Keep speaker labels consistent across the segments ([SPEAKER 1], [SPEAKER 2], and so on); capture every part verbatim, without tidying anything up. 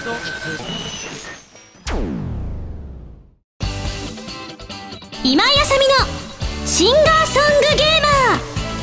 [SPEAKER 1] 今井あさみのシンガーソングゲーマー。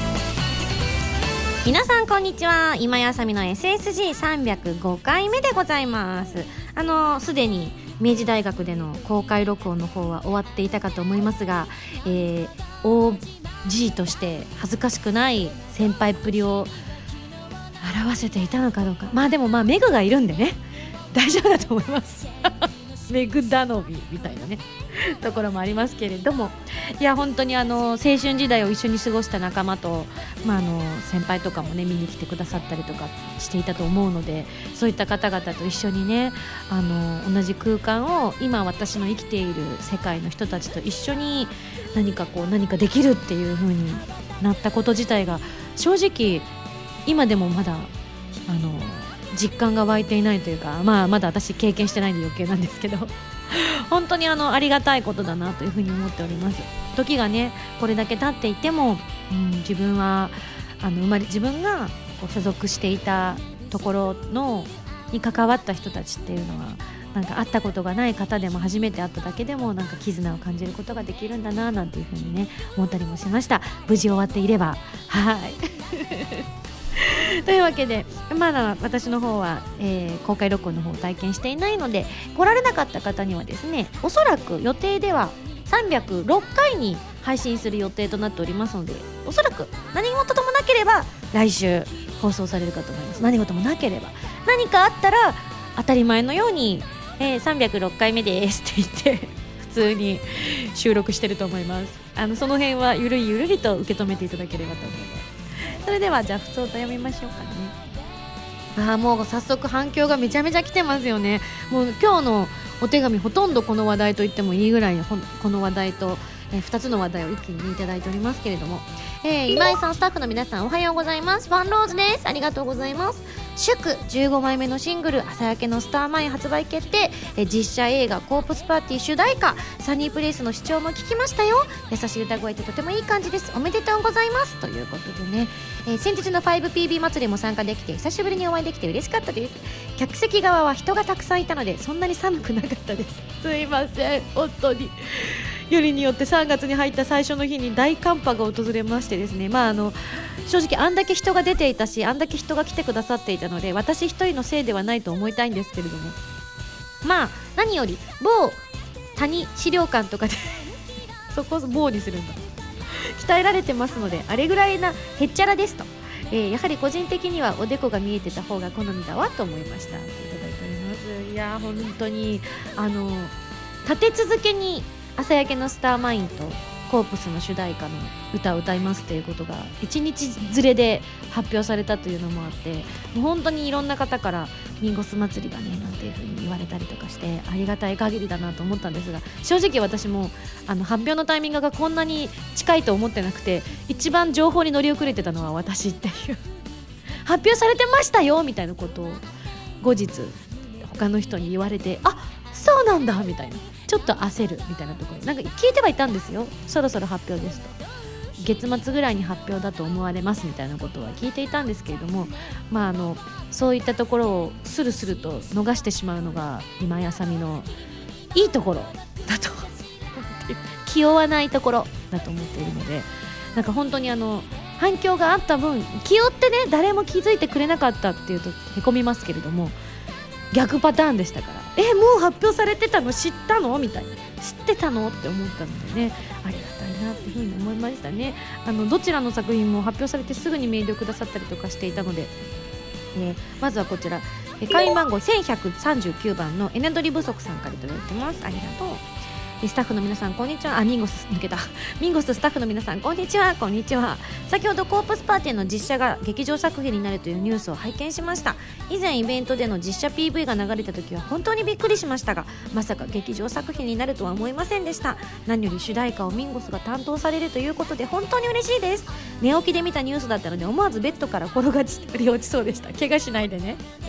[SPEAKER 1] 皆さんこんにちは。今井あさみの エスエスジーさんびゃくご 回目でございます。あのすでに明治大学での公開録音の方は終わっていたかと思いますが、えー、オージー として恥ずかしくない先輩っぷりを表せていたのかどうか。まあでもまあメグがいるんでね大丈夫だと思いますメグ頼みみたいなねところもありますけれども、いや本当にあの青春時代を一緒に過ごした仲間と、まあ、あの先輩とかもね見に来てくださったりとかしていたと思うので、そういった方々と一緒にねあの同じ空間を今私の生きている世界の人たちと一緒に何かこう何かできるっていう風になったこと自体が正直今でもまだあの実感が湧いていないというか、まあ、まだ私経験してないんで余計なんですけど本当にあのありがたいことだなというふうに思っております。時がねこれだけ経っていても、うん、自分はあの生まれ自分がこう所属していたところのに関わった人たちっていうのはなんか会ったことがない方でも初めて会っただけでもなんか絆を感じることができるんだななんていうふうにね思ったりもしました。無事終わっていればはいというわけでまだ私の方は、えー、公開録音の方を体験していないので、来られなかった方にはですねおそらく予定ではさんびゃくろっかいに配信する予定となっておりますので、おそらく何事ともなければ来週放送されるかと思います。何事もなければ何かあったら当たり前のように、えー、さんびゃくろっかいめですって言って普通に収録してると思います。あのその辺はゆるりゆるりと受け止めていただければと思います。それではじゃあ普通と読みましょうかね。あーもう早速反響がめちゃめちゃ来てますよね。もう今日のお手紙ほとんどこの話題と言ってもいいぐらいこの話題と、えー、ふたつの話題を一気にいただいておりますけれども、えー、今井さんスタッフの皆さんおはようございます。ファンローズです。ありがとうございます。祝じゅうごまいめのシングル朝焼けのスターマイン発売決定、え実写映画コープスパーティー主題歌サニープレイスの視聴も聞きましたよ。優しい歌声ってとてもいい感じです。おめでとうございますということでね、えー、先日の ファイブピービー 祭りも参加できて久しぶりにお会いできて嬉しかったです。客席側は人がたくさんいたのでそんなに寒くなかったです。すいません本当によりによってさんがつに入った最初の日に大寒波が訪れましてですね、まああの正直あんだけ人が出ていたしあんだけ人が来てくださっていたので私一人のせいではないと思いたいんですけれども、まあ何より某谷資料館とかでそこを某にするんだ鍛えられてますのであれぐらいなへっちゃらですと、えー、やはり個人的にはおでこが見えてた方が好みだわと思いましたといただいております。いや本当にあの立て続けに朝焼けのスターマインとコープスの主題歌の歌を歌いますということがいちにちずれで発表されたというのもあって、もう本当にいろんな方からミンゴス祭りがねなんていう風に言われたりとかしてありがたい限りだなと思ったんですが、正直私もあの発表のタイミングがこんなに近いと思ってなくて一番情報に乗り遅れてたのは私っていう発表されてましたよみたいなことを後日他の人に言われて、あそうなんだみたいなちょっと焦るみたいなところなんか聞いてはいたんですよ。そろそろ発表ですと月末ぐらいに発表だと思われますみたいなことは聞いていたんですけれども、まあ、あのそういったところをスルスルと逃してしまうのが今井あさみのいいところだと気負わないところだと思っているので、なんか本当にあの反響があった分気負ってね誰も気づいてくれなかったっていうとへこみますけれども、逆パターンでしたから、えもう発表されてたの知ったのみたいな、知ってたのって思ったのでねありがたいなっていうふうに思いましたね。あのどちらの作品も発表されてすぐにメールをくださったりとかしていたので、えー、まずはこちら会員番号せんひゃくさんじゅうきゅうばんのエネドリ不足さんからいただいてます。ありがとう。スタッフの皆さんこんにちは。あミンゴス抜けたミンゴススタッフの皆さんこんにちはこんにちは。先ほどコープスパーティーの実写が劇場作品になるというニュースを拝見しました。以前イベントでの実写 ピーブイ が流れた時は本当にびっくりしましたが、まさか劇場作品になるとは思いませんでした。何より主題歌をミンゴスが担当されるということで本当に嬉しいです。寝起きで見たニュースだったので思わずベッドから転がり落ちそうでした。怪我しないでね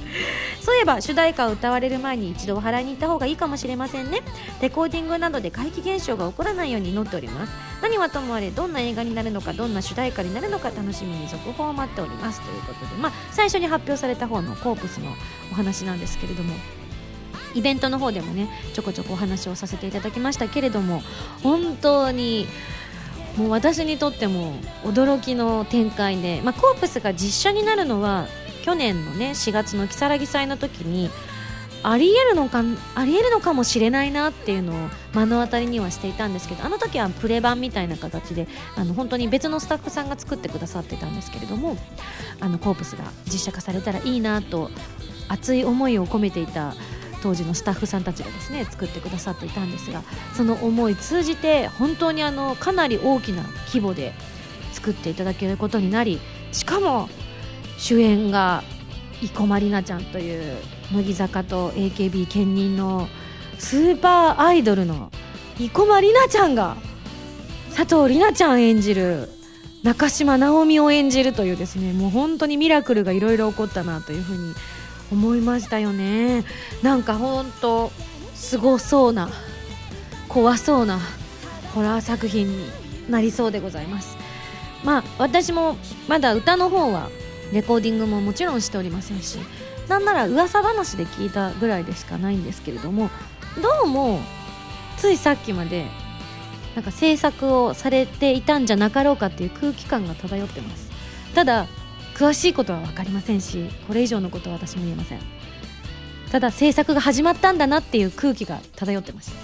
[SPEAKER 1] そういえば主題歌を歌われる前に一度お祓いに行った方がいいかもしれませんね。レコーディングなどで怪奇現象が起こらないように祈っております。何はともあれどんな映画になるのかどんな主題歌になるのか楽しみに続報を待っておりますということで、まあ、最初に発表された方のコープスのお話なんですけれども、イベントの方でもねちょこちょこお話をさせていただきましたけれども、本当にもう私にとっても驚きの展開で、まあ、コープスが実写になるのは去年のねしがつの如月祭の時にありえるのかありえるのかもしれないなっていうのを目の当たりにはしていたんですけど、あの時はプレ版みたいな形であの本当に別のスタッフさんが作ってくださってたんですけれども、あのコープスが実写化されたらいいなと熱い思いを込めていた当時のスタッフさんたちがですね作ってくださっていたんですが、その思い通じて本当にあのかなり大きな規模で作っていただけることになり、しかも主演が生駒里奈ちゃんという乃木坂と エーケービー 兼任のスーパーアイドルの生駒里奈ちゃんが佐藤里奈ちゃん演じる中島直美を演じるというですね、もう本当にミラクルがいろいろ起こったなというふうに思いましたよね。なんか本当すごそうな怖そうなホラー作品になりそうでございます。まあ私もまだ歌の方はレコーディングももちろんしておりませんし、なんなら噂話で聞いたぐらいでしかないんですけれども、どうもついさっきまでなんか制作をされていたんじゃなかろうかっていう空気感が漂ってます。ただ詳しいことは分かりませんし、これ以上のことは私も言えません。ただ制作が始まったんだなっていう空気が漂ってました。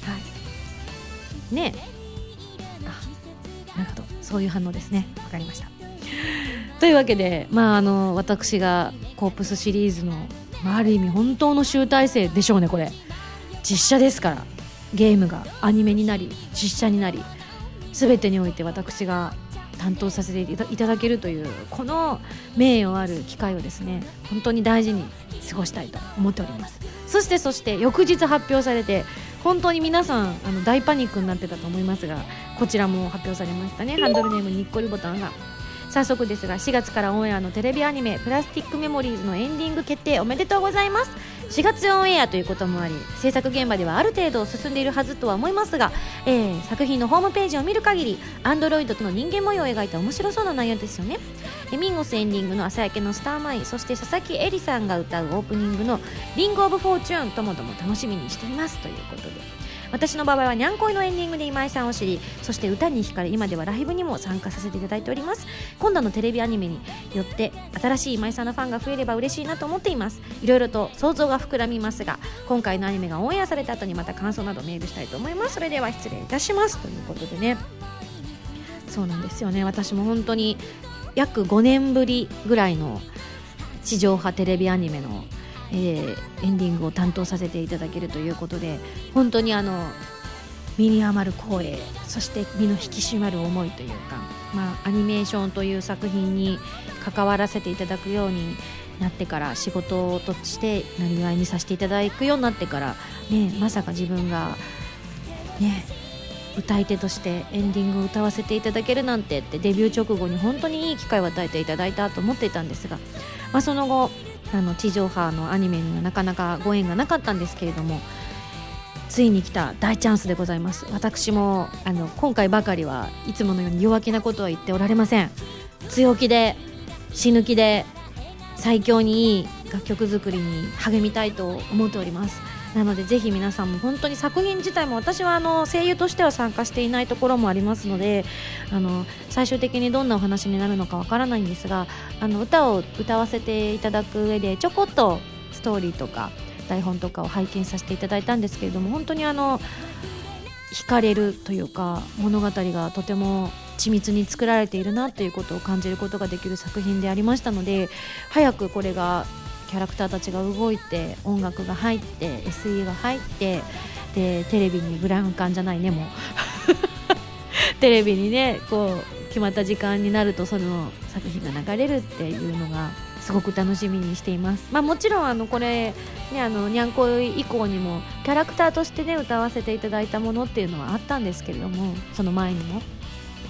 [SPEAKER 1] はいねえ、あ、なるほど、そういう反応ですね。分かりました。というわけで、まあ、あの私がコープスシリーズの、まあ、ある意味本当の集大成でしょうね。これ実写ですから、ゲームがアニメになり実写になり、全てにおいて私が担当させていただけるというこの名誉ある機会をですね本当に大事に過ごしたいと思っております。そしてそして翌日発表されて本当に皆さんあの大パニックになってたと思いますが、こちらも発表されましたね。ハンドルネームにっこりボタンが早速ですがしがつからオンエアのテレビアニメプラスティックメモリーズのエンディング決定おめでとうございます。しがつオンエアということもあり制作現場ではある程度進んでいるはずとは思いますが、えー、作品のホームページを見る限りアンドロイドとの人間模様を描いた面白そうな内容ですよね。えミンゴスエンディングの朝焼けのスターマイン、そして佐々木絵里さんが歌うオープニングのリングオブフォーチューンともども楽しみにしていますということで、私の場合はにゃんこいのエンディングで今井さんを知り、そして歌に惹かれ今ではライブにも参加させていただいております。今度のテレビアニメによって新しい今井さんのファンが増えれば嬉しいなと思っています。いろいろと想像が膨らみますが、今回のアニメがオンエアされた後にまた感想などメールしたいと思います。それでは失礼いたしますということでね、そうなんですよね。私も本当に約ごねんぶりぐらいの地上波テレビアニメのえー、エンディングを担当させていただけるということで、本当にあの身に余る光栄、そして身の引き締まる思いというか、まあ、アニメーションという作品に関わらせていただくようになってから、仕事としてなりわいにさせていただくようになってから、ね、まさか自分が、ね、歌い手としてエンディングを歌わせていただけるなんてってデビュー直後に本当にいい機会を与えていただいたと思っていたんですが、まあ、その後あの地上波のアニメにはなかなかご縁がなかったんですけれども、ついに来た大チャンスでございます。私もあの今回ばかりはいつものように弱気なことは言っておられません。強気で死ぬ気で最強にいい楽曲作りに励みたいと思っております。なのでぜひ皆さんも本当に作品自体も私はあの声優としては参加していないところもありますので、あの最終的にどんなお話になるのかわからないんですが、あの歌を歌わせていただく上でちょこっとストーリーとか台本とかを拝見させていただいたんですけれども、本当にあの惹かれるというか物語がとても緻密に作られているなということを感じることができる作品でありましたので、早くこれがキャラクターたちが動いて音楽が入って エスイー が入ってでテレビにブラウン管じゃないねもうテレビにねこう決まった時間になるとその作品が流れるっていうのがすごく楽しみにしています。まあ、もちろんあのこれ、ね、あのにゃんこ以降にもキャラクターとしてね歌わせていただいたものっていうのはあったんですけれども、その前にも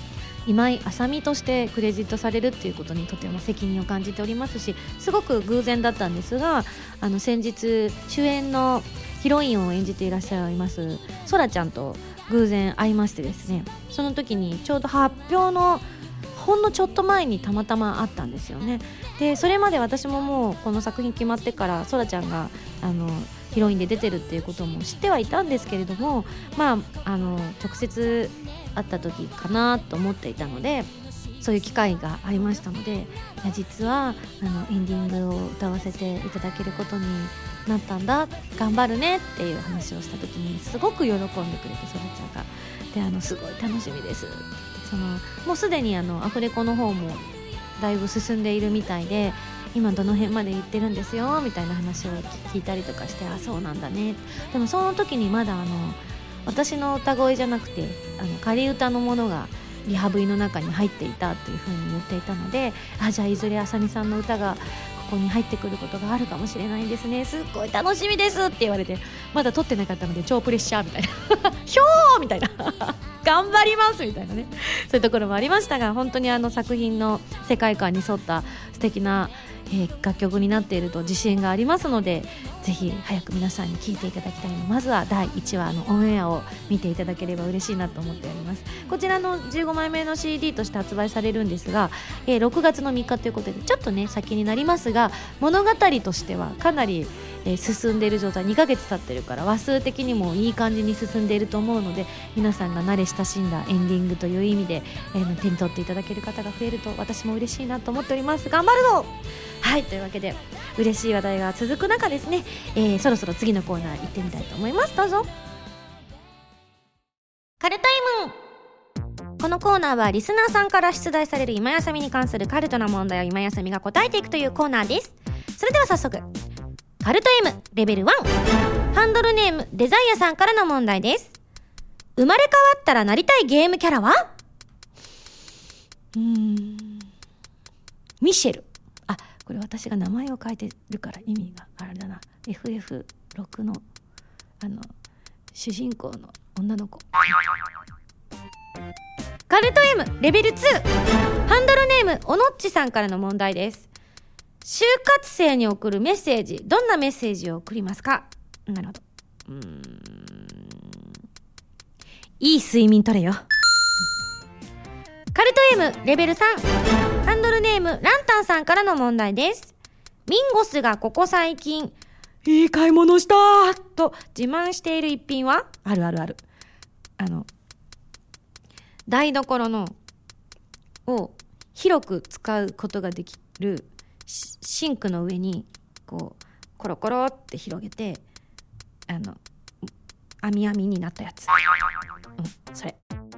[SPEAKER 1] 今井あさみとしてクレジットされるっていうことにとても責任を感じておりますし、すごく偶然だったんですが、あの先日主演のヒロインを演じていらっしゃいますそらちゃんと偶然会いましてですね、その時にちょうど発表のほんのちょっと前にたまたま会ったんですよね。でそれまで私ももうこの作品決まってからそらちゃんがあのヒロインで出てるっていうことも知ってはいたんですけれども、まあ、あの直接会った時かなと思っていたので、そういう機会がありましたので、いや実はあのエンディングを歌わせていただけることになったんだ、頑張るねっていう話をした時にすごく喜んでくれて、そらちゃんがであのすごい楽しみですって言って、そのもうすでにあのアフレコの方もだいぶ進んでいるみたいで、今どの辺まで行ってるんですよみたいな話を聞いたりとかして、あそうなんだね。でもその時にまだあの私の歌声じゃなくてあの仮歌のものがリハビリの中に入っていたというふうに言っていたので、あじゃあいずれあさみさんの歌がここに入ってくることがあるかもしれないんですね、すっごい楽しみですって言われて、まだ撮ってなかったので超プレッシャーみたいなひょーみたいな頑張りますみたいなね、そういうところもありましたが、本当にあの作品の世界観に沿った素敵なえー、楽曲になっていると自信がありますので、ぜひ早く皆さんに聴いていただきたいので、まずはだいいちわのオンエアを見ていただければ嬉しいなと思っております。こちらのじゅうごまいめの シーディー として発売されるんですが、えー、ろくがつのみっかということでちょっとね先になりますが、物語としてはかなりえー、進んでいる状態、にかげつ経ってるから話数的にもいい感じに進んでいると思うので、皆さんが慣れ親しんだエンディングという意味で、えー、手に取っていただける方が増えると私も嬉しいなと思っております。頑張るぞ。はい、というわけで嬉しい話題が続く中ですね、えー、そろそろ次のコーナー行ってみたいと思います。どうぞ。カルタイム。このコーナーはリスナーさんから出題される今やさみに関するカルトな問題を今やさみが答えていくというコーナーです。それでは早速カルト M レベルワン、ハンドルネームデザイアさんからの問題です。生まれ変わったらなりたいゲームキャラは？うーんミシェル。あ、これ私が名前を書いてるから意味があれだな。 エフエフろく のあの主人公の女の子。カルト M レベルツー、ハンドルネームおのっちさんからの問題です。就活生に送るメッセージ、どんなメッセージを送りますか？なるほど。うーんいい睡眠とれよ。カルト M レベルさん、ハンドルネームランタンさんからの問題です。ミンゴスがここ最近いい買い物したと自慢している一品は？あるあるある。あの台所のを広く使うことができるシンクの上にこうコロコロって広げて、あの網網になったやつ、うん、それ。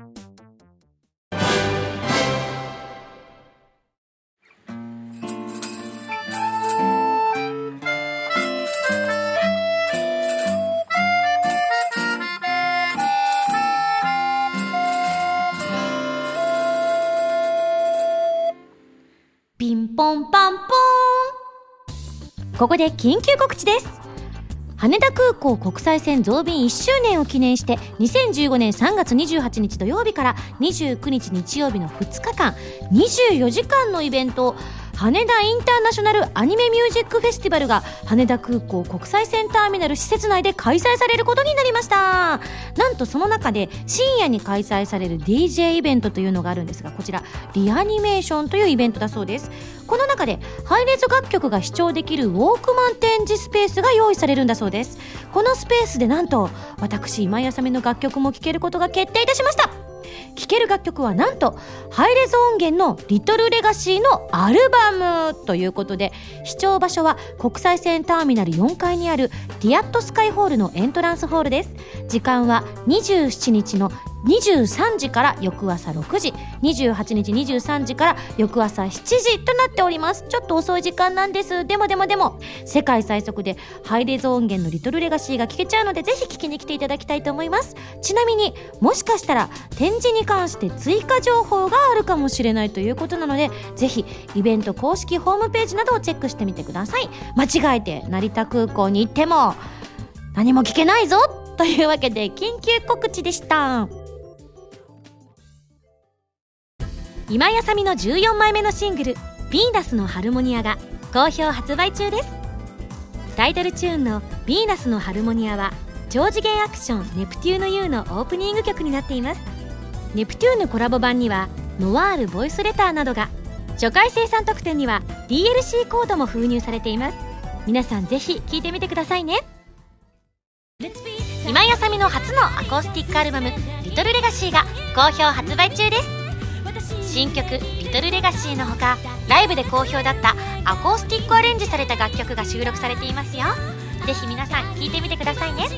[SPEAKER 1] ピンポンパンポーン。ここで緊急告知です。羽田空港国際線増便いっしゅうねんを記念して、にせんじゅうごねんさんがつにじゅうはちにち土曜日からにじゅうくにち日曜日のふつかかん、にじゅうよじかんのイベント、羽田インターナショナルアニメミュージックフェスティバルが羽田空港国際線ターミナル施設内で開催されることになりました。なんとその中で深夜に開催される ディージェー イベントというのがあるんですが、こちらリアニメーションというイベントだそうです。この中でハイレゾ楽曲が視聴できるウォークマン展示スペースが用意されるんだそうです。このスペースでなんと私今井あさみの楽曲も聴けることが決定いたしました。聴ける楽曲はなんとハイレゾ音源のリトルレガシーのアルバムということで、視聴場所は国際線ターミナルよんかいにあるディアットスカイホールのエントランスホールです。時間はにじゅうしちにちのにじゅうさんじから翌朝ろくじ、にじゅうはちにちにじゅうさんじから翌朝しちじとなっております。ちょっと遅い時間なんです。でもでもでも世界最速でハイレゾ音源のリトルレガシーが聴けちゃうので、ぜひ聴きに来ていただきたいと思います。ちなみにもしかしたら展示に関して追加情報があるかもしれないということなので、ぜひイベント公式ホームページなどをチェックしてみてください。間違えて成田空港に行っても何も聞けないぞというわけで緊急告知でした。 今井あさみのじゅうよんまいめのシングル「ヴィーナスのハルモニア」が好評発売中です。タイトルチューンの「ヴィーナスのハルモニア」は超次元アクションネプテューヌ ユー のオープニング曲になっています。ネプテューヌコラボ版にはノワールボイスレターなどが、初回生産特典には ディーエルシー コードも封入されています。皆さんぜひ聴いてみてくださいね。今井あさみの初のアコースティックアルバム「リトルレガシー」が好評発売中です。新曲「リトルレガシー」のほか、ライブで好評だったアコースティックアレンジされた楽曲が収録されていますよ。ぜひ皆さん聴いてみてくださいね。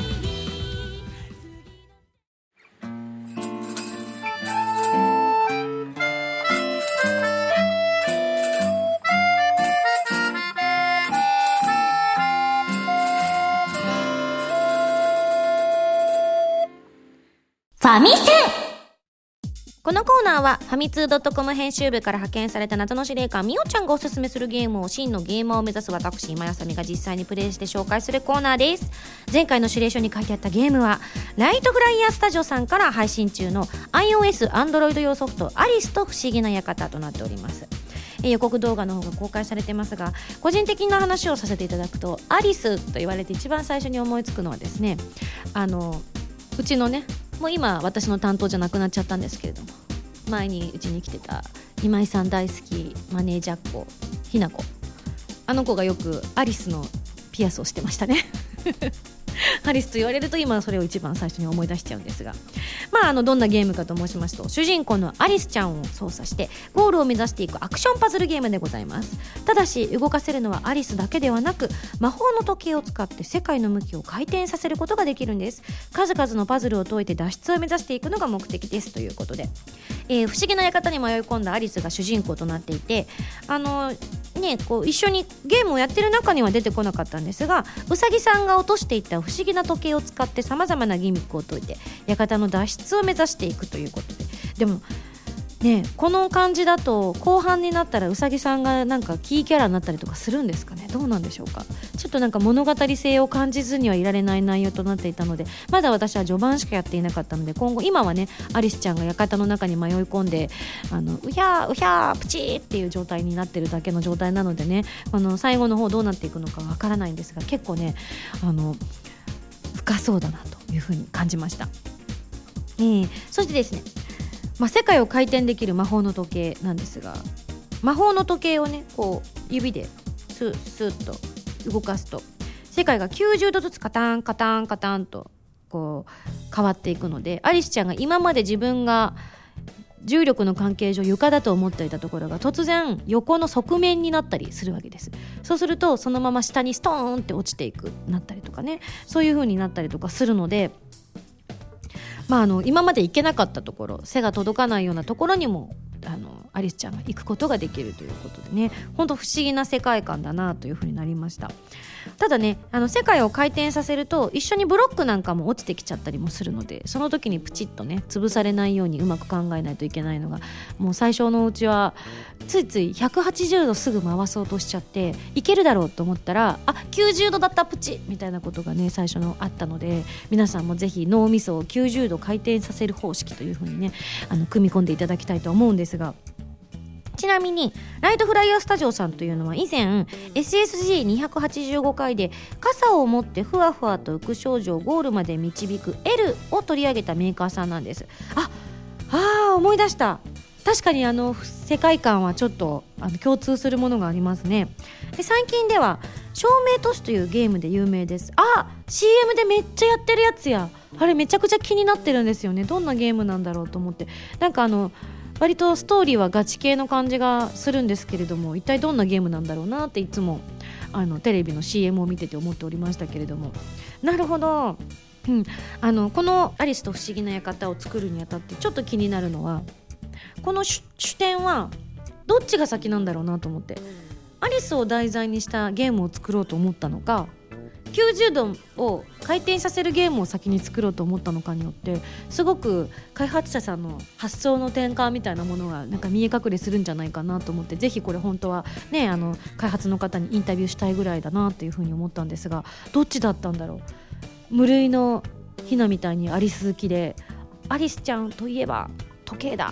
[SPEAKER 1] ファミセン。このコーナーはファミツー .com 編集部から派遣された謎の司令官みおちゃんがおすすめするゲームを真のゲーマーを目指す私今井あさみが実際にプレイして紹介するコーナーです。前回の指令書に書いてあったゲームはライトフライヤースタジオさんから配信中の iOS、Android 用ソフトアリスと不思議な館となっております。予告動画の方が公開されてますが、個人的な話をさせていただくと、アリスと言われて一番最初に思いつくのはですね、あのうちのね、もう今私の担当じゃなくなっちゃったんですけれども、前にうちに来てた今井さん大好きマネージャーっ子ひな子、あの子がよくアリスのピアスをしてましたねアリスと言われると今それを一番最初に思い出しちゃうんですが、まあ、あのどんなゲームかと申しますと、主人公のアリスちゃんを操作してゴールを目指していくアクションパズルゲームでございます。ただし動かせるのはアリスだけではなく、魔法の時計を使って世界の向きを回転させることができるんです。数々のパズルを解いて脱出を目指していくのが目的ですということで、えー、不思議な館に迷い込んだアリスが主人公となっていて、あのね、こう一緒にゲームをやってる中には出てこなかったんですが、うさぎさんが落としていった不思議な時計を使ってさまざまなギミックを解いて館の脱出を目指していくということで、でもね、この感じだと後半になったらうさぎさんがなんかキーキャラになったりとかするんですかね。どうなんでしょうか。ちょっとなんか物語性を感じずにはいられない内容となっていたので、まだ私は序盤しかやっていなかったので、今後今はねアリスちゃんが館の中に迷い込んで、あのうひゃーうひゃープチーっていう状態になってるだけの状態なのでね、この最後の方どうなっていくのかわからないんですが、結構ねあの深そうだなというふうに感じました。えー、そしてですね、まあ、世界を回転できる魔法の時計なんですが、魔法の時計をねこう指でスッスッと動かすと世界がきゅうじゅうどずつカタンカタンカタンとこう変わっていくので、アリスちゃんが今まで自分が重力の関係上床だと思っていたところが突然横の側面になったりするわけです。そうするとそのまま下にストーンって落ちていくなったりとかね、そういう風になったりとかするので、まあ、あの今まで行けなかったところ、背が届かないようなところにもあのアリスちゃんが行くことができるということでね、本当不思議な世界観だなというふうになりました。ただね、あの世界を回転させると一緒にブロックなんかも落ちてきちゃったりもするので、その時にプチッとね潰されないようにうまく考えないといけないのが、もう最初のうちはついついひゃくはちじゅうどすぐ回そうとしちゃって、いけるだろうと思ったらあきゅうじゅうどだったプチみたいなことがね最初のあったので、皆さんもぜひ脳みそをきゅうじゅうど回転させる方式というふうにねあの組み込んでいただきたいと思うんですが、ちなみにライトフライヤースタジオさんというのは以前 エスエスジーにひゃくはちじゅうご 回で傘を持ってふわふわと浮く少女をゴールまで導く L を取り上げたメーカーさんなんです。ああー思い出した。確かにあの世界観はちょっとあの共通するものがありますね。で最近では照明都市というゲームで有名です。あ シーエム でめっちゃやってるやつや。あれめちゃくちゃ気になってるんですよね。どんなゲームなんだろうと思って、なんかあの割とストーリーはガチ系の感じがするんですけれども、一体どんなゲームなんだろうなっていつもあのテレビの シーエム を見てて思っておりましたけれども、なるほど、うん、あのこのアリスと不思議な館を作るにあたってちょっと気になるのは、この主典はどっちが先なんだろうなと思って、アリスを題材にしたゲームを作ろうと思ったのか、きゅうじゅうどを回転させるゲームを先に作ろうと思ったのかによってすごく開発者さんの発想の転換みたいなものがなんか見え隠れするんじゃないかなと思って、ぜひこれ本当はねあの開発の方にインタビューしたいぐらいだなというふうに思ったんですが、どっちだったんだろう。無類のひなみたいにアリス好きで、アリスちゃんといえば時計だ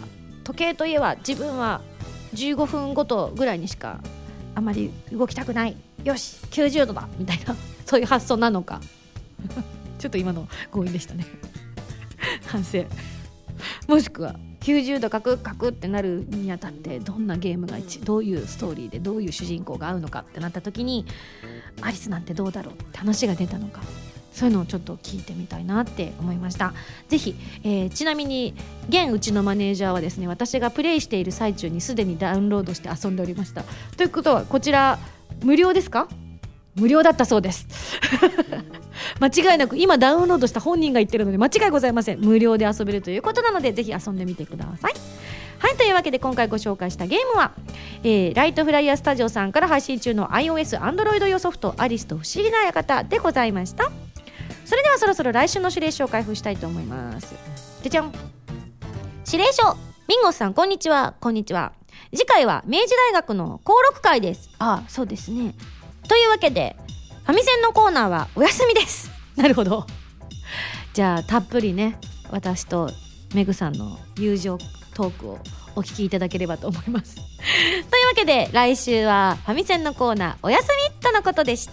[SPEAKER 1] 時計といえば自分はじゅうごふんごとぐらいにしかあまり動きたくない、よしきゅうじゅうどだみたいなそういう発想なのかちょっと今の強引でしたね反省。もしくはきゅうじゅうどカクカクってなるにあたってどんなゲームが一どういうストーリーでどういう主人公が合うのかってなった時にアリスなんてどうだろうって話が出たのか、そういうのをちょっと聞いてみたいなって思いました。ぜひ、えー、ちなみに現うちのマネージャーはですね、私がプレイしている最中にすでにダウンロードして遊んでおりました。ということはこちら無料ですか？無料だったそうです間違いなく今ダウンロードした本人が言ってるので間違いございません。無料で遊べるということなのでぜひ遊んでみてください。はい、というわけで今回ご紹介したゲームは、えー、ライトフライヤースタジオさんから配信中の iOS、Android 用ソフトアリスと不思議な館でございました。それではそろそろ来週の指令書を開封したいと思います。じゃじゃん。指令書、ミンゴスさんこんにちは。こんにちは。次回は明治大学の登録会です。ああ、そうですね。というわけでファミセンのコーナーはお休みです。なるほど。じゃあたっぷりね、私とメグさんの友情トークをお聞きいただければと思いますというわけで来週はファミセンのコーナーお休みとのことでした。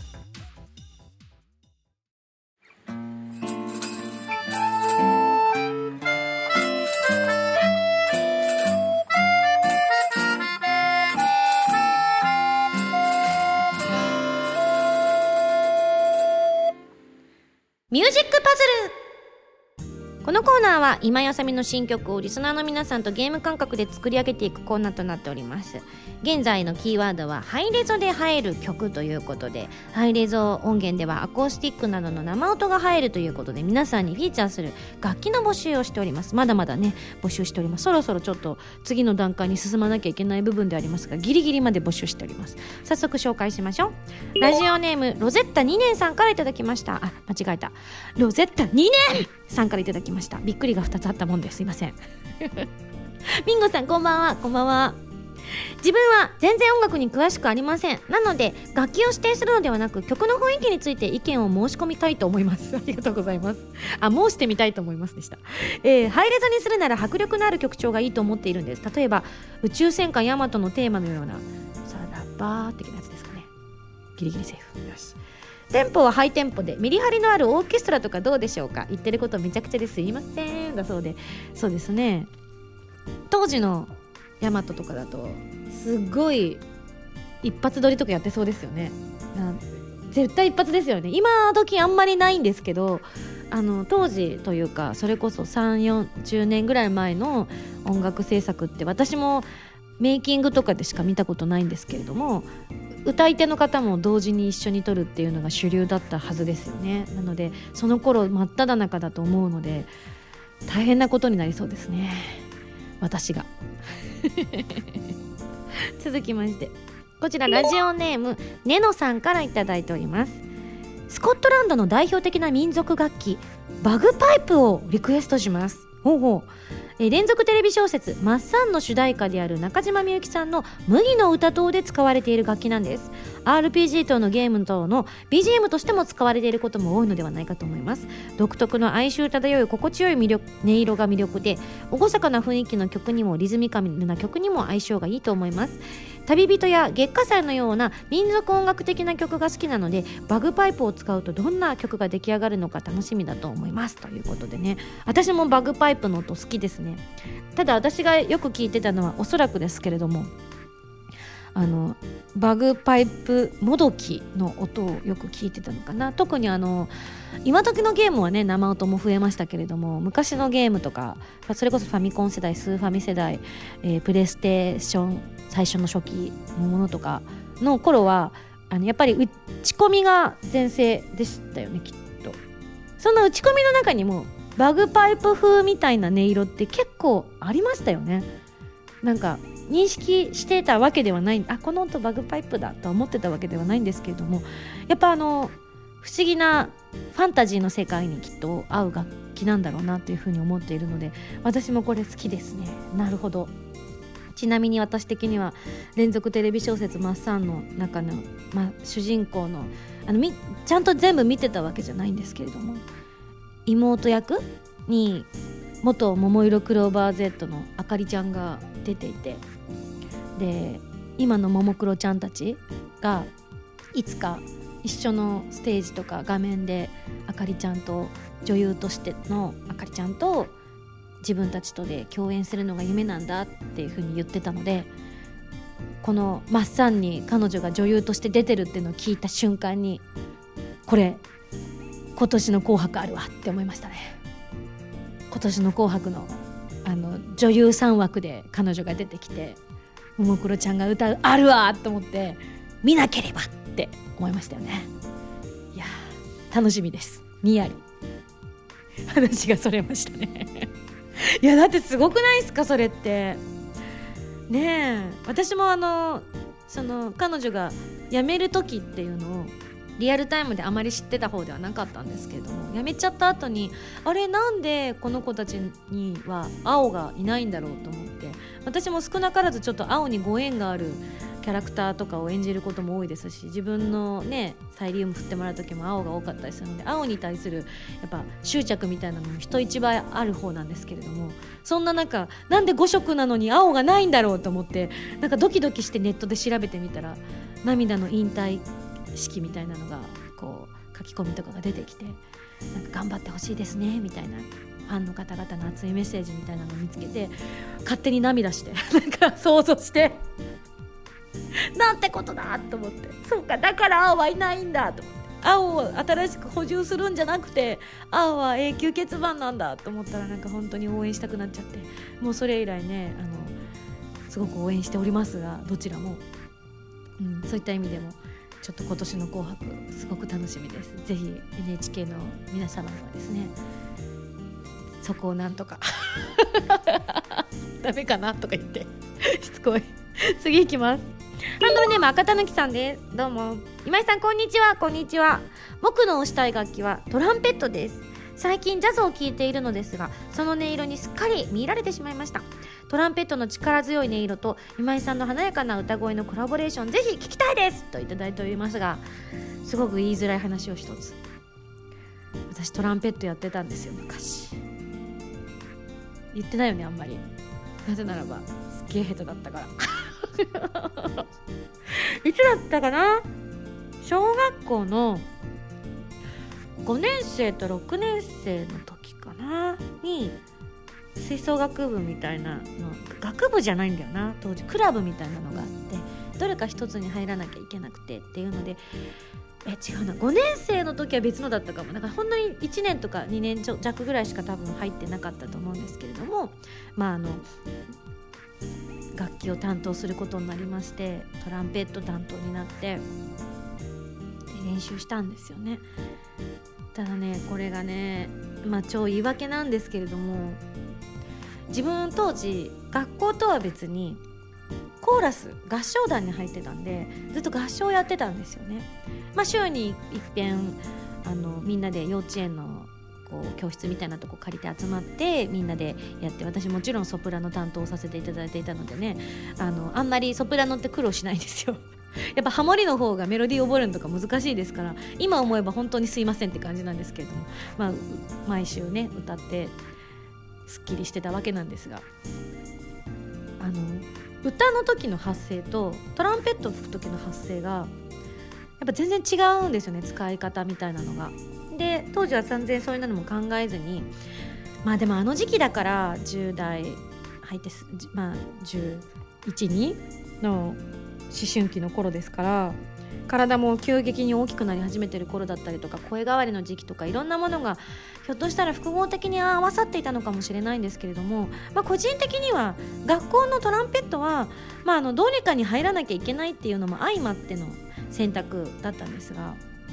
[SPEAKER 1] ミュージックパズル。このコーナーは今やさみの新曲をリスナーの皆さんとゲーム感覚で作り上げていくコーナーとなっております。現在のキーワードはハイレゾで入る曲ということで、ハイレゾ音源ではアコースティックなどの生音が入るということで、皆さんにフィーチャーする楽器の募集をしております。まだまだね募集しております。そろそろちょっと次の段階に進まなきゃいけない部分でありますが、ギリギリまで募集しております。早速紹介しましょう。ラジオネームロゼッタにねんさんからいただきました。あ、間違えた。ロゼッタにねんさんからいただきました。びっくりがふたつあったもんですいませんミンゴさんこんばんは。こんばんは。自分は全然音楽に詳しくありません。なので楽器を指定するのではなく曲の雰囲気について意見を申し込みたいと思います。ありがとうございます。あ、申してみたいと思いますでした、えー、ハイレゾにするなら迫力のある曲調がいいと思っているんです。例えば宇宙戦艦ヤマトのテーマのようなさらばー的なやつですかね。ギリギリセーフ。よし。テンポはハイテンポでメリハリのあるオーケストラとかどうでしょうか。言ってることめちゃくちゃですいませんだそうで、そうですね、当時のヤマトとかだとすごい一発撮りとかやってそうですよね。絶対一発ですよね。今時あんまりないんですけど、あの当時というかそれこそさんじゅう、よんじゅうねんぐらい前の音楽制作って私もメイキングとかでしか見たことないんですけれども、歌い手の方も同時に一緒に撮るっていうのが主流だったはずですよね。なのでその頃真っ只中だと思うので大変なことになりそうですね、私が続きましてこちらラジオネームネノさんからいただいております。スコットランドの代表的な民族楽器バグパイプをリクエストします。ほうほう。えー、連続テレビ小説マッサンの主題歌である中島みゆきさんの麦の歌等で使われている楽器なんです。 アールピージー 等のゲーム等の ビージーエム としても使われていることも多いのではないかと思います。独特の哀愁漂う心地よい魅力音色が魅力で、厳かな雰囲気の曲にもリズミカルな曲にも相性がいいと思います。旅人や月下祭のような民族音楽的な曲が好きなので、バグパイプを使うとどんな曲が出来上がるのか楽しみだと思いますということでね、私もバグパイプの音好きですね。ただ私がよく聞いてたのはおそらくですけれども、あのバグパイプもどきの音をよく聞いてたのかな。特にあの今時のゲームはね生音も増えましたけれども、昔のゲームとかそれこそファミコン世代、スーファミ世代、えー、プレイステーション最初の初期のものとかの頃はあのやっぱり打ち込みが全盛でしたよねきっと。その打ち込みの中にもバグパイプ風みたいな音色って結構ありましたよね。なんか認識してたわけではない、あこの音バグパイプだと思ってたわけではないんですけれども、やっぱあの不思議なファンタジーの世界にきっと合う楽器なんだろうなというふうに思っているので、私もこれ好きですね。なるほど。ちなみに私的には連続テレビ小説マッサンの中の、まあ、主人公のあのみちゃんと全部見てたわけじゃないんですけれども、妹役に元ももいろクローバー Z のあかりちゃんが出ていて、で今のももクロちゃんたちがいつか一緒のステージとか画面であかりちゃんと女優としてのあかりちゃんと自分たちとで共演するのが夢なんだっていう風に言ってたので、このマッサンに彼女が女優として出てるっていうのを聞いた瞬間に、これ今年の紅白あるわって思いましたね。今年の紅白のあの女優さん枠で彼女が出てきて、ももクロちゃんが歌うあるわと思って見なければって思いましたよね。いや楽しみです。にやり話がそれましたねいやだってすごくないですかそれってね。え私もあのその彼女が辞める時っていうのをリアルタイムであまり知ってた方ではなかったんですけれども、辞めちゃった後にあれなんでこの子たちには青がいないんだろうと思って、私も少なからずちょっと青にご縁があるキャラクターとかを演じることも多いですし、自分のねサイリウム振ってもらう時も青が多かったりするので、青に対するやっぱ執着みたいなのも人一倍ある方なんですけれども、そんな中なんでご色なのに青がないんだろうと思って、なんかドキドキしてネットで調べてみたら、涙の引退式みたいなのがこう書き込みとかが出てきて、なんか頑張ってほしいですねみたいなファンの方々の熱いメッセージみたいなのを見つけて、勝手に涙してなんか想像してなんてことだと思って、そうかだから青はいないんだと思って、青を新しく補充するんじゃなくて青は永久欠番なんだと思ったら、なんか本当に応援したくなっちゃって、もうそれ以来ねあのすごく応援しておりますが、どちらも、うん、そういった意味でもちょっと今年の紅白すごく楽しみです。ぜひ エヌエイチケー の皆様にはですね、そこをなんとかダメかなとか言ってしつこい次行きます。ハンドルネーム赤たぬきさんです。どうも今井さんこんにちは。こんにちは。僕の推したい楽器はトランペットです。最近ジャズを聴いているのですが、その音色にすっかり見入られてしまいました。トランペットの力強い音色と今井さんの華やかな歌声のコラボレーション、ぜひ聞きたいですといただいておりますが、すごく言いづらい話を一つ。私トランペットやってたんですよ昔。言ってないよねあんまり。なぜならばすっげえ下手だったからいつだったかな、小学校のごねん生とろくねん生の時かなに吹奏楽部みたいなの、学部じゃないんだよな当時、クラブみたいなのがあって、どれか一つに入らなきゃいけなくてっていうので、え違うなごねん生の時は別のだったかも。だからほんのにいちねんとかにねん弱ぐらいしか多分入ってなかったと思うんですけれども、まああの楽器を担当することになりまして、トランペット担当になって練習したんですよね。ただねこれがね、まあ超言い訳なんですけれども、自分当時学校とは別にコーラス合唱団に入ってたんで、ずっと合唱やってたんですよね。まあ週に一遍あのみんなで幼稚園のこう教室みたいなとこ借りて集まってみんなでやって、私もちろんソプラノ担当させていただいていたのでね、あのあんまりソプラノって苦労しないんですよやっぱハモリの方がメロディー覚えるのとか難しいですから、今思えば本当にすいませんって感じなんですけれども、まあ、毎週ね歌ってすっきりしてたわけなんですが、あの歌の時の発声とトランペットを吹く時の発声がやっぱ全然違うんですよね、使い方みたいなのが。で当時は全然そういうのも考えずに、まあでもあの時期だからじゅう代入ってす、まあ、じゅういち、にの思春期の頃ですから、体も急激に大きくなり始めてる頃だったりとか、声変わりの時期とかいろんなものがひょっとしたら複合的に合わさっていたのかもしれないんですけれども、まあ、個人的には学校のトランペットは、まあ、あのどれかに入らなきゃいけないっていうのも相まっての選択だったんですが、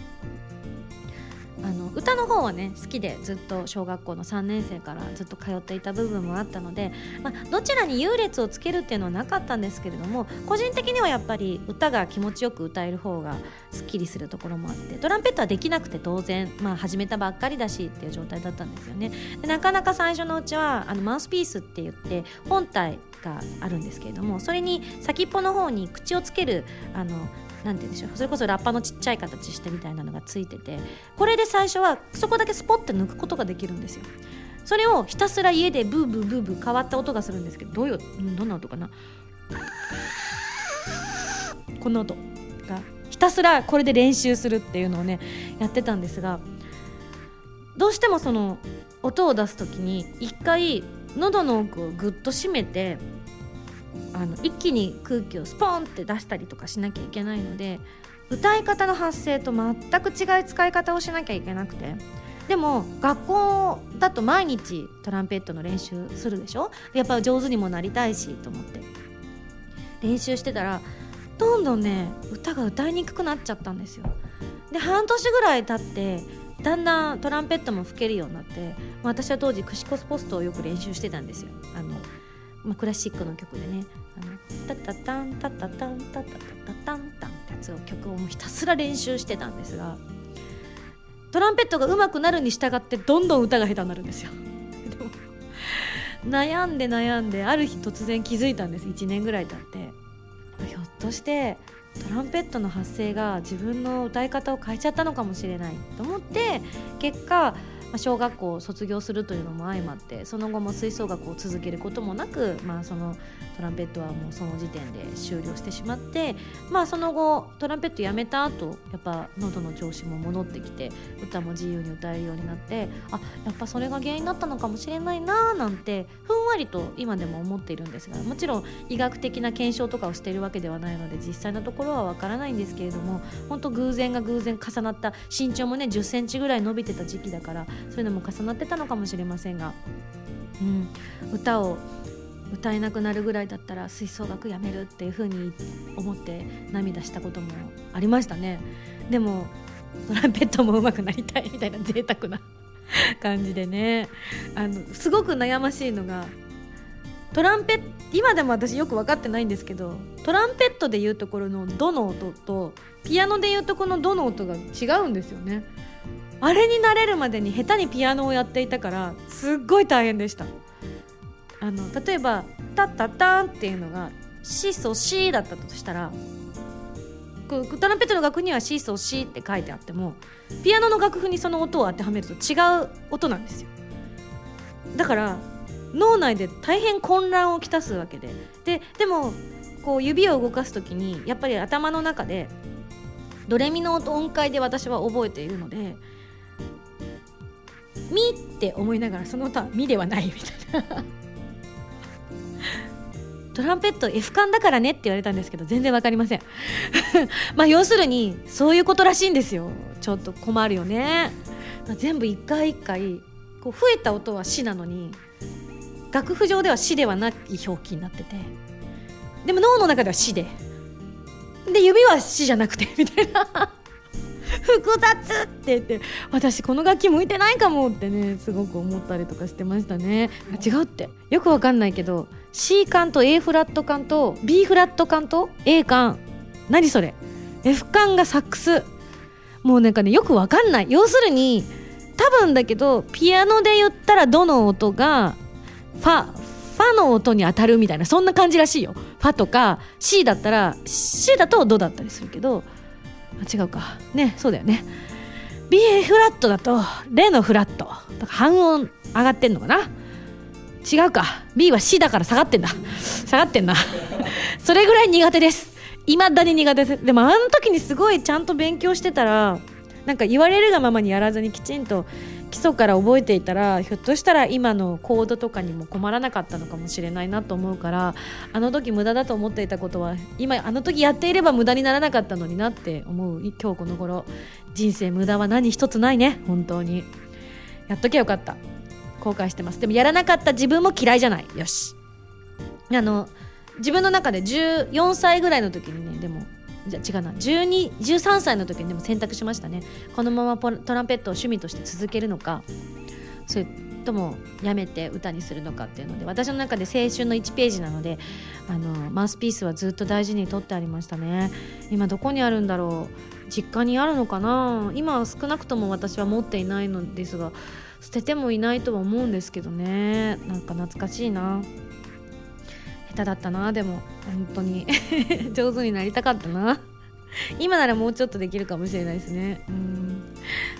[SPEAKER 1] あの歌の方はね好きでずっと小学校のさんねん生からずっと通っていた部分もあったので、まあ、どちらに優劣をつけるっていうのはなかったんですけれども、個人的にはやっぱり歌が気持ちよく歌える方がすっきりするところもあって、トランペットはできなくて当然、まあ、始めたばっかりだしっていう状態だったんですよね。でなかなか最初のうちはあのマウスピースって言って本体があるんですけれども、それに先っぽの方に口をつけるあのなんて言うんでしょう、それこそラッパのちっちゃい形してみたいなのがついてて、これで最初はそこだけスポッて抜くことができるんですよ。 それをひたすら家でブーブーブーブー変わった音がするんですけど、どういう、うん、どんな音かな、この音がひたすらこれで練習するっていうのをねやってたんですが、どうしてもその音を出すときに一回喉の奥をぐっと締めて、あの一気に空気をスポンって出したりとかしなきゃいけないので、歌い方の発声と全く違い使い方をしなきゃいけなくて、でも学校だと毎日トランペットの練習するでしょ。やっぱ上手にもなりたいしと思って練習してたら、どんどんね歌が歌いにくくなっちゃったんですよ。で半年ぐらい経ってだんだんトランペットも吹けるようになって、私は当時クシコスポストをよく練習してたんですよ。あの、まあ、クラシックの曲でね、あのタッタッタンタッタッタンタッタッタッタンタンってやつを曲をもうひたすら練習してたんですが、トランペットが上手くなるに従ってどんどん歌が下手になるんですよ。でも悩んで悩んである日突然気づいたんです。いちねんぐらい経って、ひょっとしてトランペットの発声が自分の歌い方を変えちゃったのかもしれないと思って、結果小学校を卒業するというのも相まって、その後も吹奏楽を続けることもなく、まあ、そのトランペットはもうその時点で終了してしまって、まあ、その後トランペットやめた後、やっぱ喉の調子も戻ってきて歌も自由に歌えるようになって、あ、やっぱそれが原因だったのかもしれないななんてふんわりと今でも思っているんですが、もちろん医学的な検証とかをしているわけではないので実際のところはわからないんですけれども、本当偶然が偶然重なった、身長もねじゅっセンチぐらい伸びてた時期だから、そういうのも重なってたのかもしれませんが、うん、歌を歌えなくなるぐらいだったら吹奏楽やめるっていう風に思って涙したこともありましたね。でもトランペットも上手くなりたいみたいな贅沢な感じでね、あのすごく悩ましいのが、トランペット今でも私よく分かってないんですけど、トランペットでいうところのドの音とピアノでいうところのドの音が違うんですよね。あれに慣れるまでに下手にピアノをやっていたからすっごい大変でした。あの例えばタッタッタンっていうのがシソシーだったとしたら、トランペットの楽譜にはシソシーって書いてあっても、ピアノの楽譜にその音を当てはめると違う音なんですよ。だから脳内で大変混乱をきたすわけで、で、でもこう指を動かすときにやっぱり頭の中でドレミの音音階で私は覚えているので、ミって思いながらその音はミではないみたいなトランペット F 管だからねって言われたんですけど全然わかりませんまあ要するにそういうことらしいんですよ。ちょっと困るよね。全部一回一回こう増えた音はシなのに楽譜上ではシではない表記になってて、でも脳の中ではシで、で指はシじゃなくてみたいな複雑って言って、私この楽器向いてないかもってねすごく思ったりとかしてましたね。違うってよくわかんないけど C 管と A フラット管と B フラット管と A 管、何それ F 管がサックス、もうなんかねよくわかんない。要するに多分だけどピアノで言ったらどの音がファファの音に当たるみたいな、そんな感じらしいよ。ファとか C だったら C だとドだったりするけど、あ違うかね、そうだよね。 B フラットだとレのフラットだから半音上がってんのかな。違うか B は C だから下がってんだ下がってんなそれぐらい苦手です。未だに苦手です。でもあの時にすごいちゃんと勉強してたら、なんか言われるがままにやらずにきちんと基礎から覚えていたら、ひょっとしたら今のコードとかにも困らなかったのかもしれないなと思うから、あの時無駄だと思っていたことは今あの時やっていれば無駄にならなかったのになって思う今日この頃。人生無駄は何一つないね。本当にやっときゃよかった。後悔してます。でもやらなかった自分も嫌いじゃない。よし、あの自分の中でじゅうよんさいぐらいの時にね、でもじゃ違うなじゅうに、じゅうさんさいの時にでも選択しましたね。このままトランペットを趣味として続けるのか、それともやめて歌にするのかっていうので、私の中で青春のいちページなので、あのマウスピースはずっと大事に取ってありましたね。今どこにあるんだろう。実家にあるのかな。今は少なくとも私は持っていないのですが、捨ててもいないとは思うんですけどね。なんか懐かしいな。下手だったな。でも本当に上手になりたかったな。今ならもうちょっとできるかもしれないですね。うん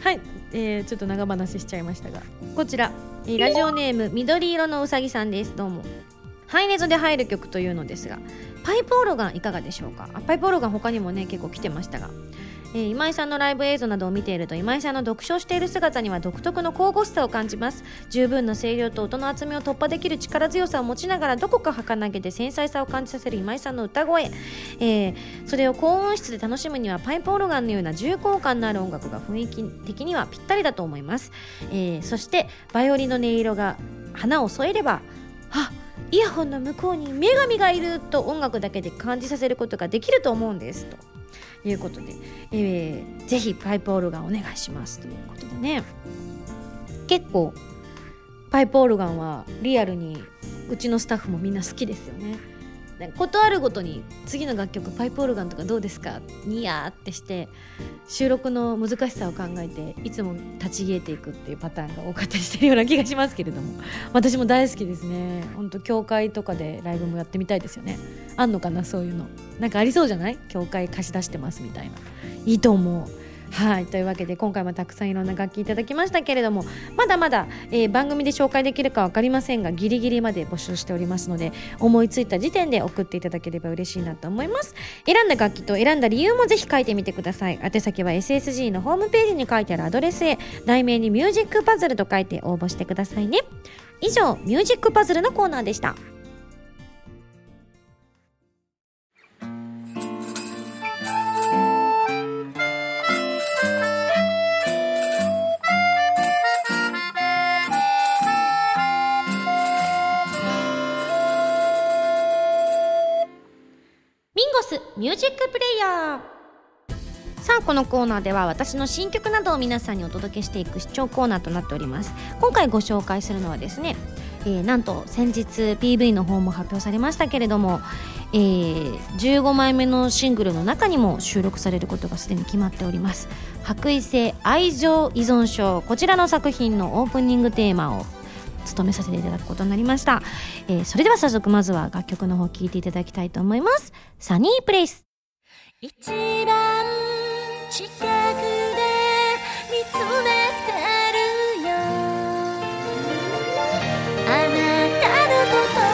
[SPEAKER 1] はい、えー、ちょっと長話しちゃいましたが、こちら、えー、ラジオネーム緑色のうさぎさんです。どうも。ハイレゾで入る曲というのですが、パイプオルガンいかがでしょうか。あ、パイプオルガン他にもね結構来てましたが、えー、今井さんのライブ映像などを見ていると、今井さんの読書している姿には独特の神々しさを感じます。十分な声量と音の厚みを突破できる力強さを持ちながら、どこか儚げで繊細さを感じさせる今井さんの歌声、えー、それを高音質で楽しむにはパイプオルガンのような重厚感のある音楽が雰囲気的にはぴったりだと思います。えー、そしてバイオリンの音色が花を添えれば、あ、イヤホンの向こうに女神がいると音楽だけで感じさせることができると思うんですということで、えー、ぜひパイプオルガンお願いしますということでね。結構パイプオルガンはリアルにうちのスタッフもみんな好きですよね。ことあるごとに次の楽曲パイプオルガンとかどうですかニヤーってして収録の難しさを考えていつも立ち消えていくっていうパターンが多かったりしてるような気がしますけれども、私も大好きですね。本当教会とかでライブもやってみたいですよね。あんのかな、そういうの。なんかありそうじゃない？教会貸し出してますみたいな。いいと思う。はい、というわけで今回もたくさんいろんな楽器いただきましたけれども、まだまだ、えー、番組で紹介できるか分かりませんが、ギリギリまで募集しておりますので、思いついた時点で送っていただければ嬉しいなと思います。選んだ楽器と選んだ理由もぜひ書いてみてください。宛先は エスエスジー のホームページに書いてあるアドレスへ、題名にミュージックパズルと書いて応募してくださいね。以上、ミュージックパズルのコーナーでした。ミュージックプレイヤー。さあ、このコーナーでは私の新曲などを皆さんにお届けしていく視聴コーナーとなっております。今回ご紹介するのはですね、えー、なんと先日 ピーブイ の方も発表されましたけれども、えー、じゅうごまいめのシングルの中にも収録されることがすでに決まっております。白衣性愛情依存症、こちらの作品のオープニングテーマを務めさせていただくことになりました。えー、それでは早速まずは楽曲の方聴いていただきたいと思います。サニープレイス。
[SPEAKER 2] 一番近くで見つめてるよ、あなたのこと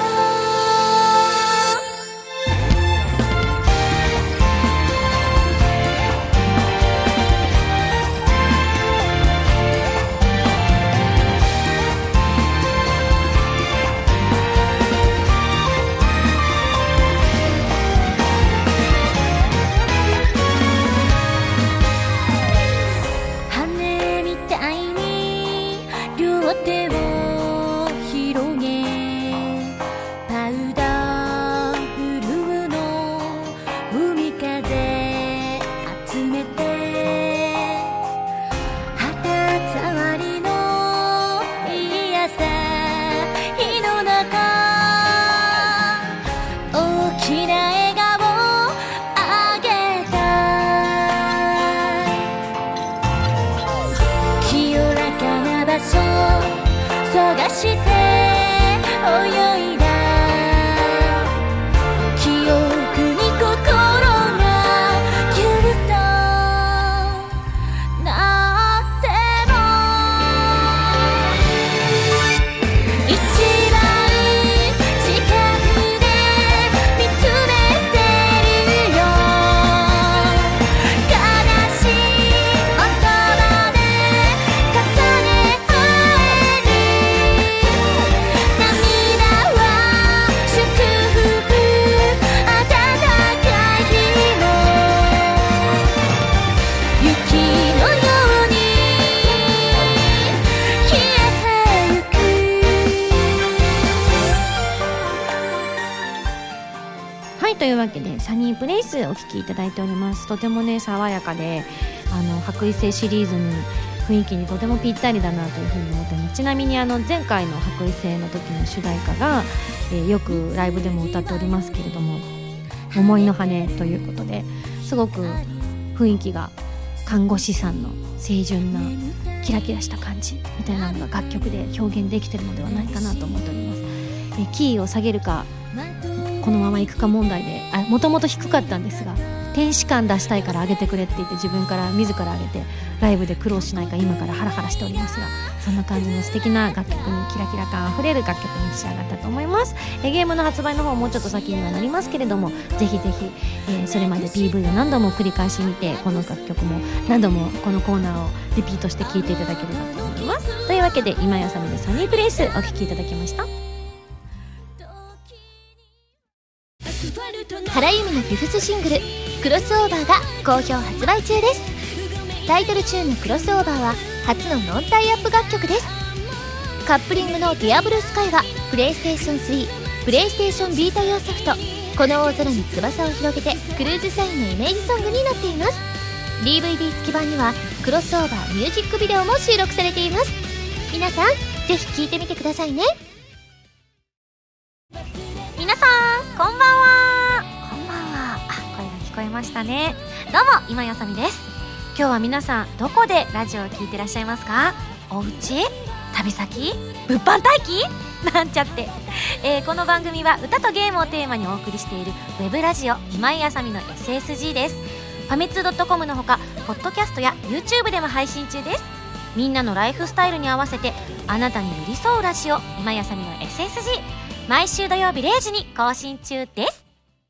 [SPEAKER 2] 探して泳いだ記憶に心がギュッとなっても、一番近くで見つめてるよ、悲しい言葉で重ね合える
[SPEAKER 1] というわけでサニープレイスお聴きいただいております。とてもね爽やかで、あの白衣性シリーズに雰囲気にとてもぴったりだなというふうに思ってます。ちなみにあの前回の白衣性の時の主題歌が、えー、よくライブでも歌っておりますけれども、思いの羽ということですごく雰囲気が看護師さんの清純なキラキラした感じみたいなのが楽曲で表現できてるのではないかなと思っております。えー、キーを下げるかこのままいくか問題で、もともと低かったんですが天使感出したいからあげてくれって言って自分から自らあげてライブで苦労しないか今からハラハラしておりますが、そんな感じの素敵な楽曲にキラキラ感あふれる楽曲に仕上がったと思います。えゲームの発売の方もうちょっと先にはなりますけれども、ぜひぜひ、えー、それまで ピーブイ を何度も繰り返し見て、この楽曲も何度もこのコーナーをリピートして聴いていただければと思います。というわけで今やさみでサニープレイスお聴きいただきました。
[SPEAKER 2] 原由美のフィフスシングルクロスオーバーが好評発売中です。タイトルチューンのクロスオーバーは初のノンタイアップ楽曲です。カップリングのディアブルスカイはプレイステーションスリー、プレイステーションビータ用ソフトこの大空に翼を広げてクルーズサインのイメージソングになっています。 ディーブイディー 付き版にはクロスオーバーミュージックビデオも収録されています。皆さんぜひ聴いてみてくださいね。
[SPEAKER 1] 皆さんこんばんは。こんばんは。あ、声が聞こえましたね。どうも今やさみです。今日は皆さんどこでラジオを聞いてらっしゃいますか？おうち？旅先？物販待機？なんちゃって、えー、この番組は歌とゲームをテーマにお送りしているウェブラジオ今井あさみの エスエスジー です。ファミツー .com のほかポッドキャストや YouTube でも配信中です。みんなのライフスタイルに合わせてあなたに寄り添うラジオ今井あさみの エスエスジー、 毎週土曜日れいじに更新中です。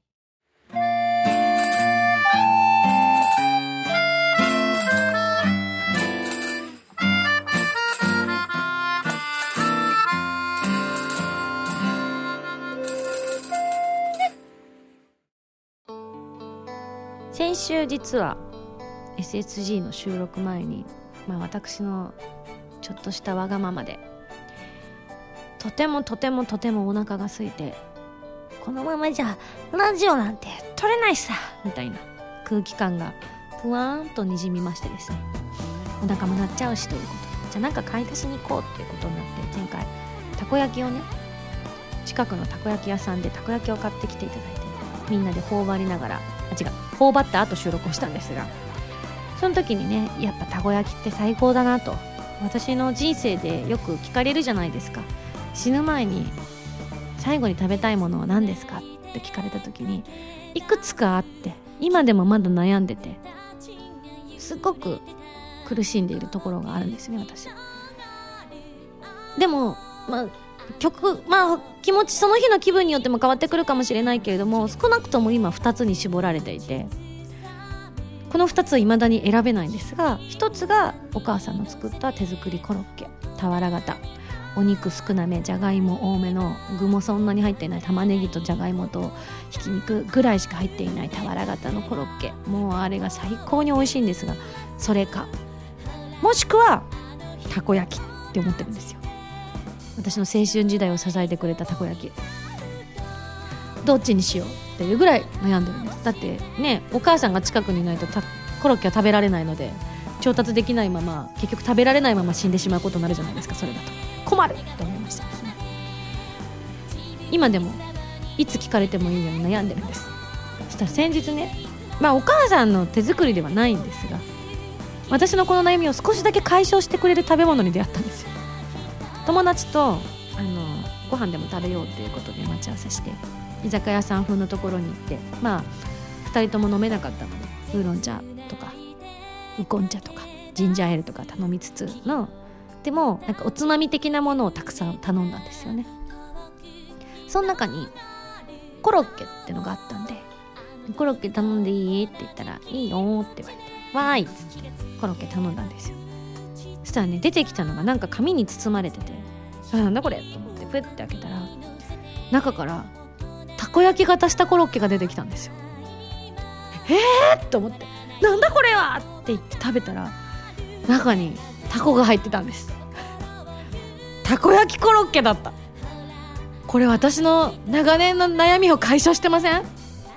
[SPEAKER 1] 先週実は エスエスジー の収録前に、まあ、私のちょっとしたわがままでとてもとてもとてもお腹が空いて、このままじゃラジオなんて撮れないさみたいな空気感がふわーんとにじみましてですね、お腹も鳴っちゃうしということで、じゃあなんか買い出しに行こうっていうことになって、前回たこ焼きをね、近くのたこ焼き屋さんでたこ焼きを買ってきていただいて、みんなで頬張りながら、あ違う頬張った後収録をしたんですが、その時にね、やっぱたこ焼きって最高だなと、私の人生でよく聞かれるじゃないですか。死ぬ前に最後に食べたいものは何ですかって聞かれた時に、いくつかあって、今でもまだ悩んでて、すごく苦しんでいるところがあるんですね、私。でもまあ曲、まあ気持ち、その日の気分によっても変わってくるかもしれないけれども、少なくとも今ふたつに絞られていて、このふたつは未だに選べないんですが、ひとつがお母さんの作った手作りコロッケ俵型、お肉少なめ、じゃがいも多めの、具もそんなに入っていない玉ねぎとじゃがいもとひき肉ぐらいしか入っていない俵型のコロッケ、もうあれが最高に美味しいんですが、それかもしくはたこ焼きって思ってるんですよ。私の青春時代を支えてくれたたこ焼き、どっちにしようっていうぐらい悩んでるんです。だってね、お母さんが近くにいないとたコロッケは食べられないので、調達できないまま結局食べられないまま死んでしまうことになるじゃないですか。それだと困ると思いましたですね。今でもいつ聞かれてもいいように悩んでるんです。そしたら先日ね、まあお母さんの手作りではないんですが、私のこの悩みを少しだけ解消してくれる食べ物に出会ったんですよ。友達とあのご飯でも食べようっていうことで待ち合わせして、居酒屋さん風のところに行って、まあふたりとも飲めなかったので、ウーロン茶とかウコン茶とかジンジャーエールとか頼みつつの、でもなんかおつまみ的なものをたくさん頼んだんですよね。その中にコロッケってのがあったんで、コロッケ頼んでいいって言ったら、いいよって言われて、わーいっつってコロッケ頼んだんですよ。そしたらね、出てきたのがなんか紙に包まれてて、あ、なんだこれと思ってプッて開けたら、中からたこ焼き型したコロッケが出てきたんですよ。えーっと思って、なんだこれはって言って食べたら、中にタコが入ってたんです。たこ焼きコロッケだった。これ私の長年の悩みを解消してません？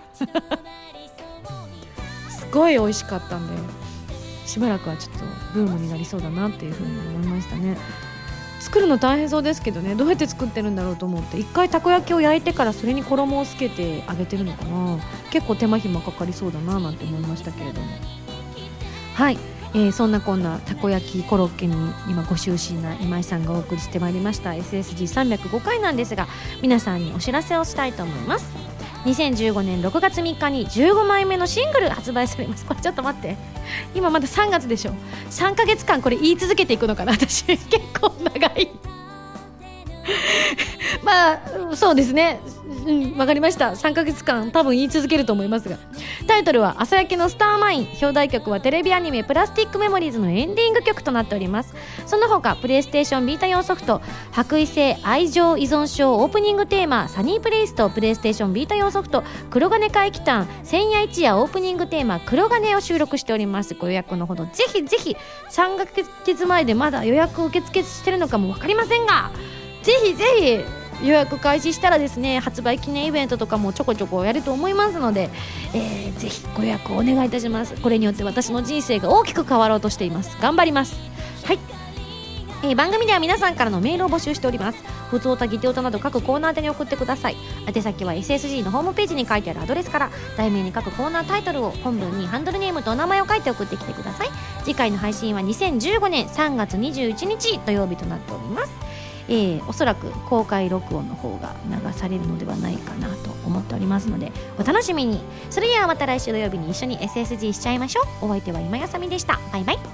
[SPEAKER 1] すごい美味しかったんで、しばらくはちょっとブームになりそうだなっていうふうに思いましたね。作るの大変そうですけどね、どうやって作ってるんだろうと思って、一回たこ焼きを焼いてからそれに衣をつけて揚げてるのかな。結構手間暇かかりそうだななんて思いましたけれども、はい、えー、そんなこんなたこ焼きコロッケに今ご就寝な今井さんがお送りしてまいりました エスエスジーさんびゃくご 回なんですが、皆さんにお知らせをしたいと思います。 にせんじゅうごねんろくがつみっかにじゅうごまいめのシングル発売されます。これちょっと待って、今まださんがつでしょ。さんかげつかんこれ言い続けていくのかな私結構長いまあそうですね、うん、わかりました。さんかげつかん多分言い続けると思いますが、タイトルは朝焼けのスターマイン、表題曲はテレビアニメプラスティックメモリーズのエンディング曲となっております。その他プレイステーションビータ用ソフト白衣性愛情依存症オープニングテーマサニープレイスとプレイステーションビータ用ソフト黒金怪奇譚千夜一夜オープニングテーマ黒金を収録しております。ご予約のほどぜひぜひ、さんかげつまえでまだ予約受付してるのかも分かりませんが、ぜひぜひ予約開始したらですね、発売記念イベントとかもちょこちょこやると思いますので、えー、ぜひご予約お願いいたします。これによって私の人生が大きく変わろうとしています。頑張ります。はい、えー、番組では皆さんからのメールを募集しております。ふつおたぎておたなど各コーナー宛てに送ってください。宛先は エスエスジー のホームページに書いてあるアドレスから、題名に各コーナータイトルを、本文にハンドルネームとお名前を書いて送ってきてください。次回の配信はにせんじゅうごねんさんがつにじゅういちにち土曜日となっております。えー、おそらく公開録音の方が流されるのではないかなと思っておりますのでお楽しみに。それではまた来週土曜日に一緒に エスエスジー しちゃいましょう。お相手は今やさみでした。バイバイ。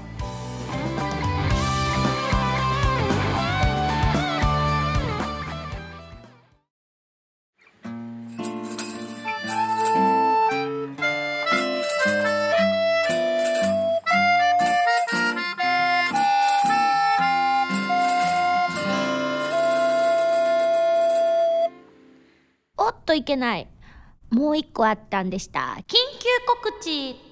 [SPEAKER 1] いけない、もう一個あったんでした。緊急告知に。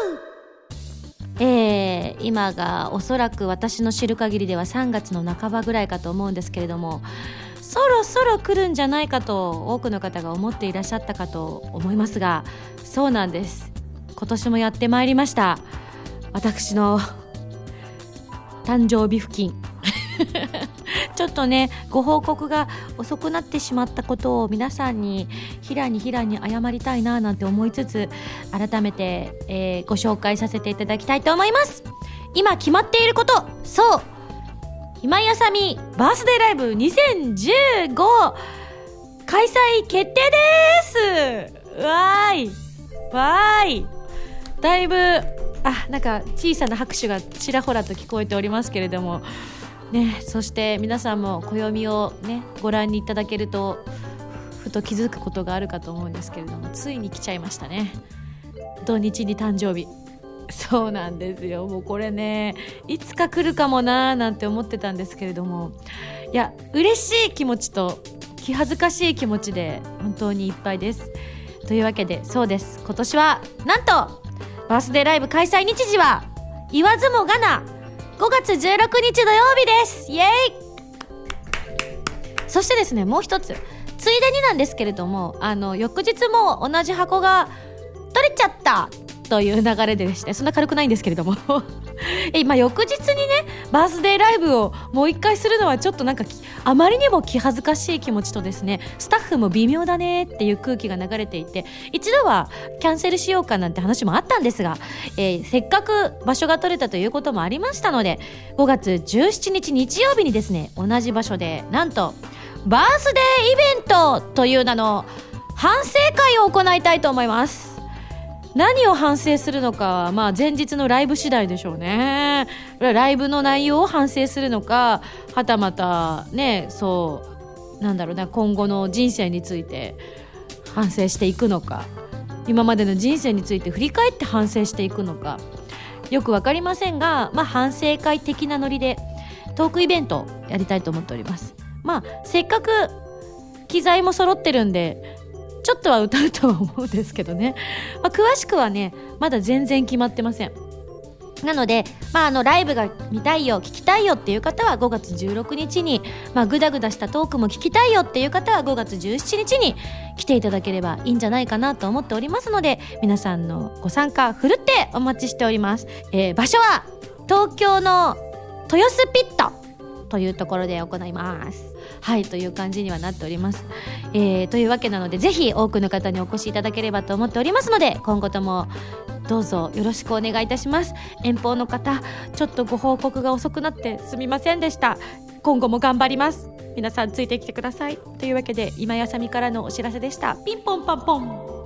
[SPEAKER 1] えー、今がおそらく私の知る限りではさんがつの半ばぐらいかと思うんですけれども、そろそろ来るんじゃないかと多くの方が思っていらっしゃったかと思いますが、そうなんです。今年もやってまいりました。私の誕生日付近ちょっとねご報告が遅くなってしまったことを皆さんにひらにひらに謝りたいななんて思いつつ、改めて、えー、ご紹介させていただきたいと思います。今決まっていること、そう、今井あさみバースデーライブにせんじゅうご開催決定です。わーいわーい。だいぶあなんか小さな拍手がちらほらと聞こえておりますけれどもね、そして皆さんも暦をねご覧にいただけるとふと気づくことがあるかと思うんですけれども、ついに来ちゃいましたね。土日に誕生日。そうなんですよ。もうこれねいつか来るかもなーなんて思ってたんですけれども、いや嬉しい気持ちと気恥ずかしい気持ちで本当にいっぱいです。というわけで、そうです、今年はなんとバースデーライブ開催日時は言わずもがなごがつじゅうろくにち土曜日です。イエーイ。そしてですね、もう一つついでになんですけれども、あの翌日も同じ箱が取れちゃったという流れでして、そんな軽くないんですけれども今翌日にねバースデーライブをもう一回するのはちょっとなんかあまりにも気恥ずかしい気持ちとですね、スタッフも微妙だねっていう空気が流れていて、一度はキャンセルしようかなんて話もあったんですが、えー、せっかく場所が取れたということもありましたので、ごがつじゅうしちにち日曜日にですね、同じ場所でなんとバースデーイベントという名の反省会を行いたいと思います。何を反省するのかは、まあ、前日のライブ次第でしょうね。ライブの内容を反省するのか、はたまたね、そうなんだろうな、今後の人生について反省していくのか、今までの人生について振り返って反省していくのか、よくわかりませんが、まあ、反省会的なノリでトークイベントやりたいと思っております。まあ、せっかく機材も揃ってるんでちょっとは歌うとは思うんですけどね、まあ、詳しくはねまだ全然決まってません。なので、まあ、あのライブが見たいよ聞きたいよっていう方はごがつじゅうろくにちに、まあ、グダグダしたトークも聞きたいよっていう方はごがつじゅうしちにちに来ていただければいいんじゃないかなと思っておりますので、皆さんのご参加ふるってお待ちしております。えー、場所は東京の豊洲ピットというところで行います。はい、という感じにはなっております。えー、というわけなので、ぜひ多くの方にお越しいただければと思っておりますので、今後ともどうぞよろしくお願いいたします。遠方の方、ちょっとご報告が遅くなってすみませんでした。 今後も頑張ります。皆さんついてきてください。というわけで今やさみからのお知らせでした。ピンポンパンポン。